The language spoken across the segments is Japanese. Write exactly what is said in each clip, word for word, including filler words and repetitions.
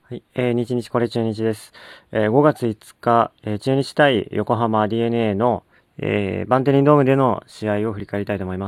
はい、えー、日日これ中日です。えー、ごがついつか、えー、中日対横浜 ディーエヌエー の、えー、バンテリンドームでの試合を振り返りたいと思います。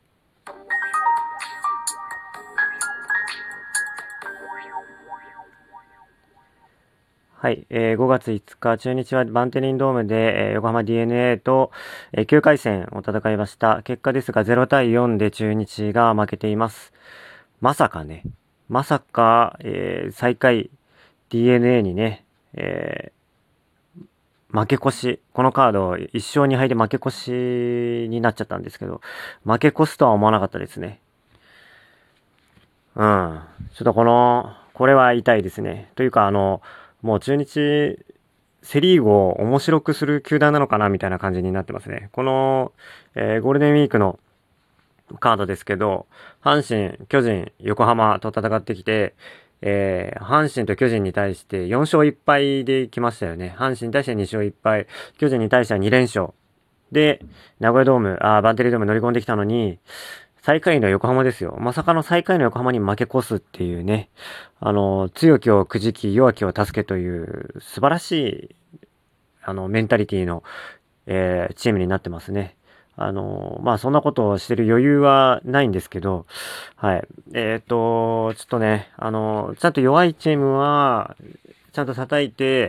はい、えー、ごがついつか、中日はバンテリンドームで、えー、横浜 ディーエヌエー と、えー、きゅうかい戦を戦いました。結果ですがゼロたいよんで中日が負けています。まさかね、まさか、えー、最下位 ディーエヌエー にね、えー負け越し、このカードいっ勝にはいで負け越しになっちゃったんですけど、負け越すとは思わなかったですね。うん。ちょっとこの、これは痛いですね。というか、あの、もう中日、セリーグを面白くする球団なのかなみたいな感じになってますね。この、えーゴールデンウィークのカードですけど、阪神、巨人、横浜と戦ってきて、えー、阪神と巨人に対してよん勝いっぱいで来ましたよね。阪神に対してに勝いっぱい、巨人に対してはに連勝。で、名古屋ドーム、あーバンテリンドーム乗り込んできたのに、最下位の横浜ですよ。まさかの最下位の横浜に負け越すっていうね。あの、強きをくじき、弱きを助けという素晴らしい、あの、メンタリティの、えーチームになってますね。あの、まあ、そんなことをしてる余裕はないんですけど、はい。えっと、ちょっとね、あの、ちゃんと弱いチームは、ちゃんと叩いて、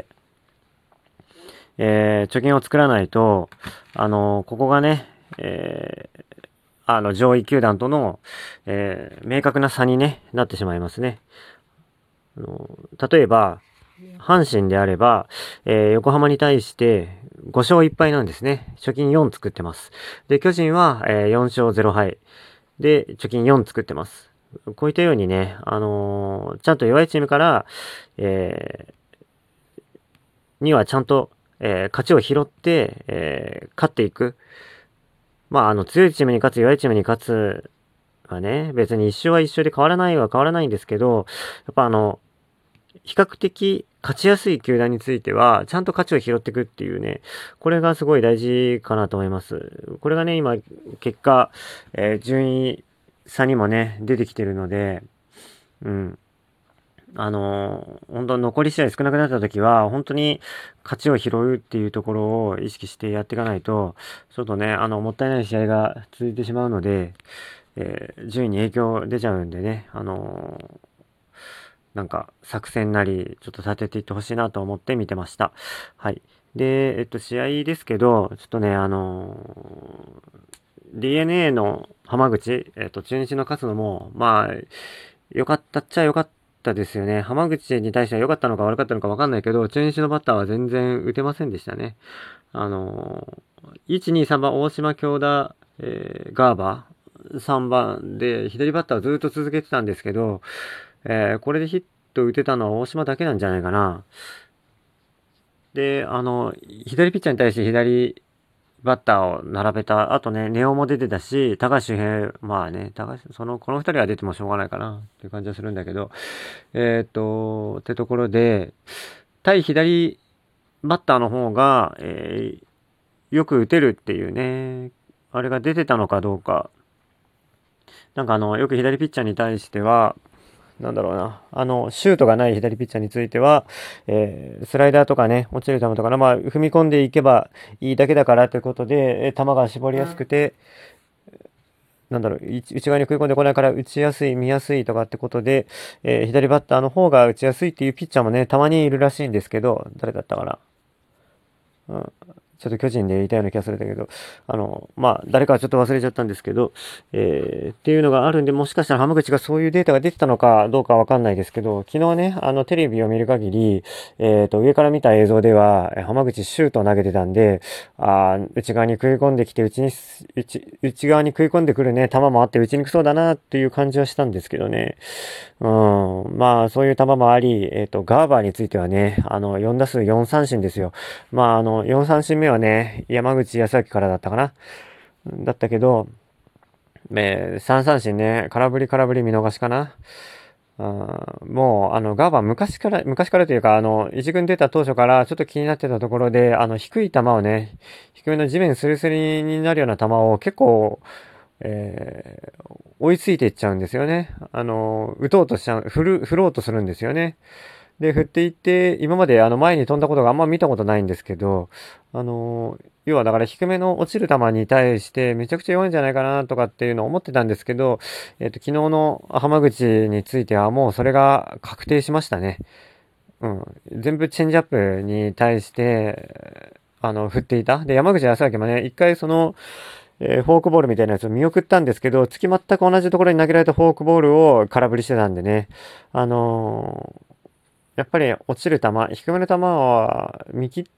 えー貯金を作らないと、あの、ここがね、えーあの、上位球団との、えー明確な差にね、なってしまいますね。あの例えば、阪神であれば、えー横浜に対してご勝いっぱいなんですね。貯金よん作ってます。で、巨人は、えーよん勝ぜろ敗。で、貯金よん作ってます。こういったようにね、あのーちゃんと弱いチームから、えーにはちゃんと、えー勝ちを拾って、えー勝っていく。まあ、あの、強いチームに勝つ、弱いチームに勝つはね、別に一勝は一勝で変わらないは変わらないんですけど、やっぱあの、比較的勝ちやすい球団については、ちゃんと勝ちを拾っていくっていうね、これがすごい大事かなと思います。これがね、今、結果、えー順位差にもね、出てきてるので、うん。あのー本当残り試合少なくなった時は、本当に勝ちを拾うっていうところを意識してやっていかないと、ちょっとね、あの、もったいない試合が続いてしまうので、えー順位に影響出ちゃうんでね、あのーなんか作戦なり、ちょっと立てていってほしいなと思って見てました。はい。で、えっと、試合ですけど、ちょっとね、あのー ディーエヌエー の浜口、えっと、中日の勝つのも、まあ、良かったっちゃ良かったですよね。浜口に対しては良かったのか悪かったのか分かんないけど、中日のバッターは全然打てませんでしたね。あのー、いち、に、さんばん大島京田、えー、ガーバー、さんばんで左バッターをずっと続けてたんですけど、えーこれでヒット打てたのは大島だけなんじゃないかな。で、あの、左ピッチャーに対して左バッターを並べた。あとね、ネオも出てたし、高橋周平、まあね、高橋、その、この二人は出てもしょうがないかなっていう感じはするんだけど、えーっと、ってところで、対左バッターの方が、えーよく打てるっていうね、あれが出てたのかどうか。なんかあの、よく左ピッチャーに対しては、なんだろうな。あの、シュートがない左ピッチャーについては、えースライダーとかね、落ちる球とかね、まあ、踏み込んでいけばいいだけだからということで、えー球が絞りやすくて、なんだろう、い内側に食い込んでこないから打ちやすい、見やすいとかってことで、えー左バッターの方が打ちやすいっていうピッチャーもね、たまにいるらしいんですけど、誰だったかな。うん。ちょっと巨人でいたような気がするんだけど、あの、まあ、誰かはちょっと忘れちゃったんですけど、えーっていうのがあるんで、もしかしたら浜口がそういうデータが出てたのかどうかわかんないですけど、昨日ね、あの、テレビを見る限り、えっと、上から見た映像では、え浜口シュートを投げてたんで、あー内側に食い込んできて、内に、内、内側に食い込んでくるね、球もあって打ちにくそうだなっていう感じはしたんですけどね。うん、まあ、そういう球もあり、えっと、ガーバーについてはね、あの、よん打数よん三振ですよ。まあ、あの、よん三振目はね、山口康明からだったかな。だったけど、えー、さん三振ね、空振り空振り見逃しかな。あーもう、あの、ガーバー昔から、昔からというか、あの、一軍出た当初からちょっと気になってたところで、あの、低い球をね、低めの地面スレスレになるような球を結構、えー追いついていっちゃうんですよね。あの、打とうとしちゃう、振る、振ろうとするんですよね。 で、振っていって、今まであの前に飛んだことがあんま見たことないんですけど、あのー要はだから低めの落ちる球に対してめちゃくちゃ弱いんじゃないかなとかっていうのを思ってたんですけど、えっと、昨日の浜口についてはもうそれが確定しましたね。うん。全部チェンジアップに対して、あの、振っていた。で、山口康明もね、一回その、えーフォークボールみたいなやつを見送ったんですけど、月全く同じところに投げられたフォークボールを空振りしてたんでね、あのーやっぱり落ちる球、低めの球は見切って、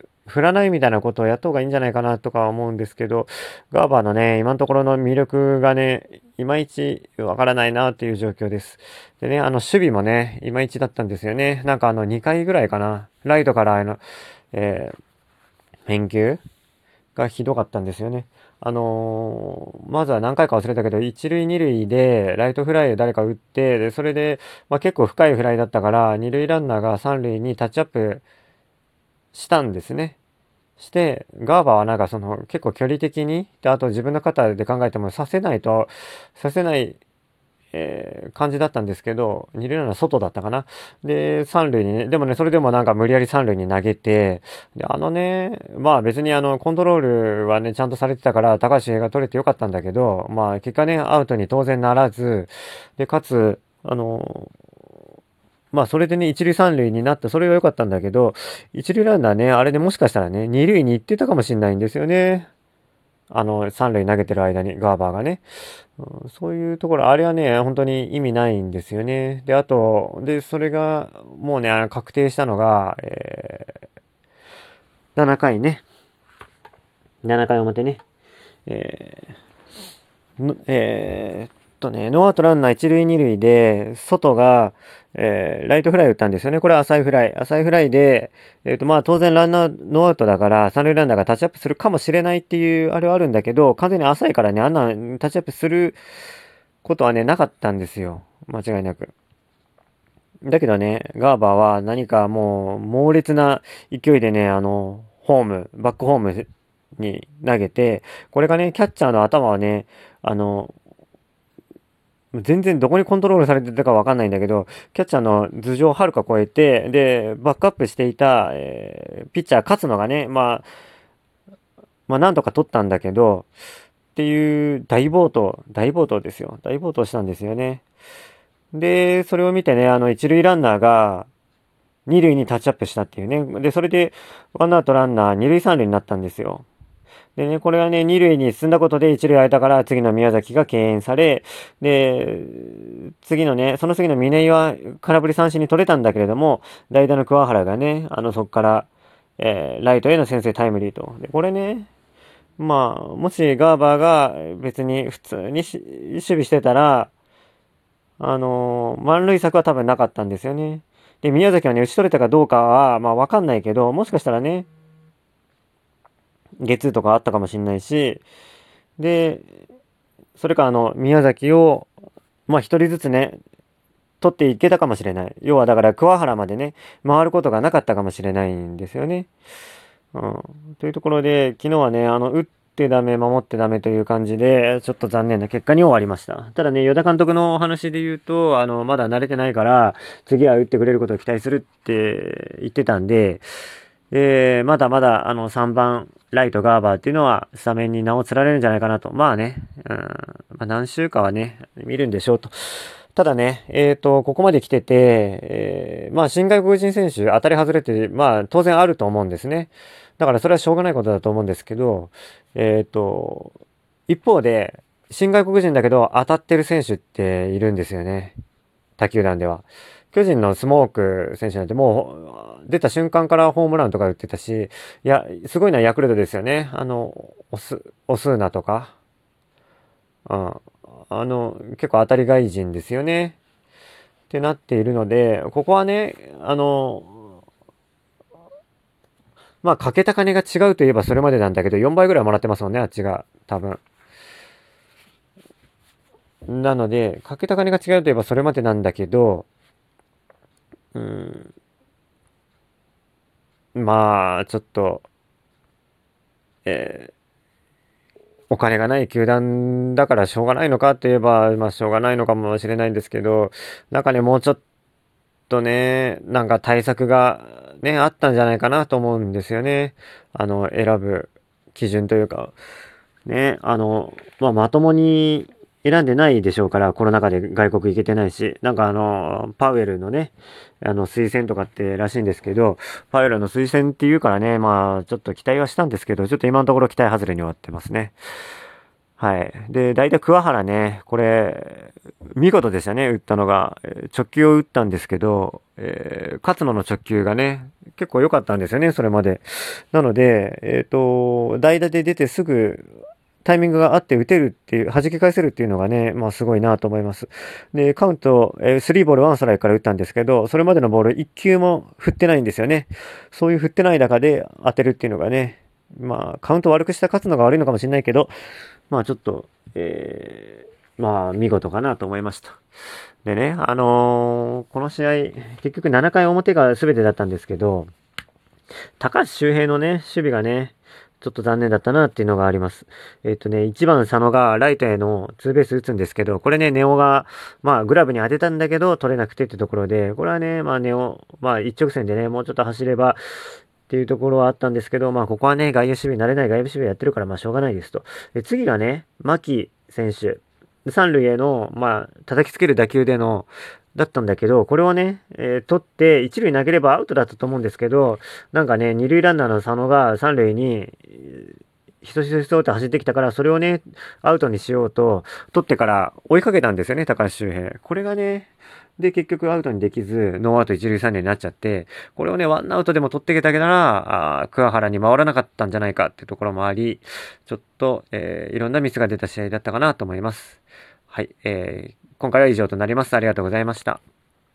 振らないみたいなことをやった方がいいんじゃないかなとか思うんですけど、ガーバーのね、今のところの魅力がね、いまいちわからないなっていう状況です。でね、あの、守備もね、いまいちだったんですよね。なんかあの、にかいぐらいかな。ライトからあの、えー返球がひどかったんですよね。あのーまずは何回か忘れたけど、一塁二塁でライトフライで誰か打って、で、それで、まあ、結構深いフライだったから、二塁ランナーが三塁にタッチアップしたんですね。して、ガーバーはなんかその結構距離的に、で、あと自分の肩で考えてもさせないと、させないえー感じだったんですけど、二塁ランナー外だったかな。で、三塁にね、でもね、それでもなんか無理やり三塁に投げて、で、あのね、まあ別にあの、コントロールはね、ちゃんとされてたから、高橋が取れてよかったんだけど、まあ結果ね、アウトに当然ならず、で、かつ、あの、まあそれでね、一塁三塁になった、それは良かったんだけど、一塁ランナーね、あれでもしかしたらね、二塁に行ってたかもしれないんですよね。あの、三塁投げてる間に、ガーバーがね。うん、そういうところ、あれはね、本当に意味ないんですよね。で、あと、で、それが、もうね、あの確定したのが、えー、ななかいね。ななかい表ね。えー、のえーっとね、ノーアウトランナー一塁二塁で、外が、えーライトフライ打ったんですよね。これは浅いフライ。浅いフライで、えーっと、まあ当然ランナー、ノーアウトだから、三塁ランナーがタッチアップするかもしれないっていう、あれはあるんだけど、完全に浅いからね、あんなタッチアップすることはね、なかったんですよ。間違いなく。だけどね、ガーバーは何かもう猛烈な勢いでね、あの、ホーム、バックホームに投げて、これがね、キャッチャーの頭はね、あの、全然どこにコントロールされてたかわかんないんだけど、キャッチャーの頭上をはるか超えて、で、バックアップしていた、えーピッチャー勝野がね、まあ、まあなんとか取ったんだけど、っていう大暴投、大暴投ですよ。大暴投したんですよね。で、それを見てね、あの、一塁ランナーが、二塁にタッチアップしたっていうね。で、それで、ワンアウトランナー、二塁三塁になったんですよ。でね、これはね、二塁に進んだことで一塁空いたから、次の宮崎が敬遠され、で、次のね、その次の峰井は空振り三振に取れたんだけれども、代打の桑原がね、あの、そこから、えーライトへの先制タイムリーと。で、これね、まあ、もしガーバーが別に普通にし守備してたら、あのー満塁策は多分なかったんですよね。で、宮崎はね、打ち取れたかどうかは、まあわかんないけど、もしかしたらね、ゲッツーとかあったかもしんないし、で、それかあの、宮崎を、まあ一人ずつね、取っていけたかもしれない。要はだから桑原までね、回ることがなかったかもしれないんですよね。うん。というところで、昨日はね、あの、打ってダメ、守ってダメという感じで、ちょっと残念な結果に終わりました。ただね、与田監督のお話で言うと、あの、まだ慣れてないから、次は打ってくれることを期待するって言ってたんで、えー、まだまだ、あの、さんばん、ライト、ガーバーっていうのは、スタメンに名を連ねるんじゃないかなと。まあね、うん、まあ、何週かはね、見るんでしょうと。ただね、えっと、ここまで来てて、えーまあ、新外国人選手当たり外れて、まあ、当然あると思うんですね。だからそれはしょうがないことだと思うんですけど、えっと、一方で、新外国人だけど当たってる選手っているんですよね。他球団では。巨人のスモーク選手なんてもう出た瞬間からホームランとか打ってたし、いや、すごいのはヤクルトですよね。あの、オス、オスーナとか。うん。あの、結構当たり外人ですよね。ってなっているので、ここはね、あの、まあ、かけた金が違うといえばそれまでなんだけど、よんばいぐらいもらってますもんね、あっちが。多分。なので、かけた金が違うといえばそれまでなんだけど、うん、まあ、ちょっと、えーお金がない球団だからしょうがないのかといえば、まあしょうがないのかもしれないんですけど、なんかね、もうちょっととね、なんか対策がね、あったんじゃないかなと思うんですよね。あの、選ぶ基準というか、ね、あの、まあ、まともに選んでないでしょうから、コロナ禍で外国行けてないし、なんかあの、パウエルのね、あの、推薦とかってらしいんですけど、パウエルの推薦っていうからね、まあ、ちょっと期待はしたんですけど、ちょっと今のところ期待外れに終わってますね。はい。で、大体桑原ね、これ、見事でしたね、打ったのが。えー直球を打ったんですけど、えー勝野の直球がね、結構良かったんですよね、それまで。なので、えっと、代打で出てすぐ、タイミングがあって打てるっていう、弾き返せるっていうのがね、まあすごいなと思います。で、カウント、えー、スリーボールワンストライクから打ったんですけど、それまでのボールいっ球も振ってないんですよね。そういう振ってない中で当てるっていうのがね、まあカウント悪くした勝つのが悪いのかもしれないけど、まあちょっと、えー、まあ見事かなと思いました。でね、あのーこの試合、結局ななかい表が全てだったんですけど、高橋周平のね、守備がね、ちょっと残念だったなっていうのがあります。えっとね、いちばん佐野がライトへのツーベース打つんですけど、これね、ネオが、まあグラブに当てたんだけど、取れなくてってところで、これはね、まあネオ、まあ一直線でね、もうちょっと走ればっていうところはあったんですけど、まあここはね、外野守備慣れない外野守備やってるから、まあしょうがないですと。で、次がね、牧選手。三塁への、まあ、叩きつける打球での、だったんだけど、これをね、えー取って、一塁投げればアウトだったと思うんですけど、なんかね、二塁ランナーの佐野が三塁に、えーひそひそひそって走ってきたから、それをね、アウトにしようと、取ってから追いかけたんですよね、高橋周平。これがね、で、結局アウトにできず、ノーアウト一塁三塁になっちゃって、これをね、ワンアウトでも取っていけたけたら、あー桑原に回らなかったんじゃないかっていうところもあり、ちょっと、えーいろんなミスが出た試合だったかなと思います。はい、えー今回は以上となります。ありがとうございました。